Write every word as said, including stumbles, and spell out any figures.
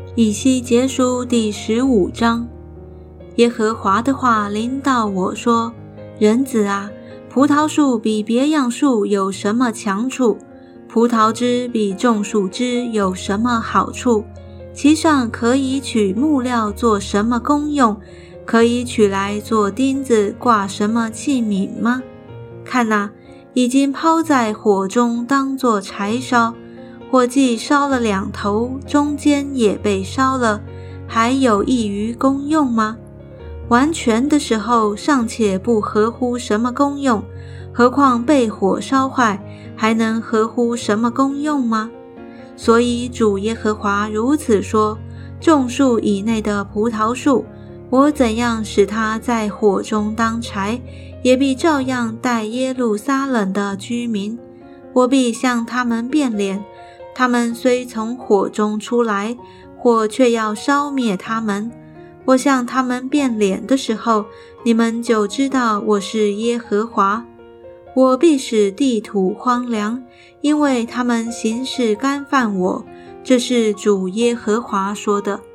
以西结书第十五章。耶和华的话临到我说：人子啊，葡萄树比别样树有什么强处？葡萄枝比众树枝有什么好处？其上可以取木料做什么功用？可以取来做钉子挂什么器皿吗？看哪，已经抛在火中当作柴烧，火既烧了两头，中间也被烧了，还有益于功用吗？完全的时候尚且不合乎什么功用，何况被火烧坏，还能合乎什么功用吗？所以主耶和华如此说：众树以内的葡萄树，我怎样使它在火中当柴，也必照样待耶路撒冷的居民。我必向他们变脸，他们虽从火中出来，火却要烧灭他们。我向他们变脸的时候，你们就知道我是耶和华。我必使地土荒凉，因为他们行事干犯我。这是主耶和华说的。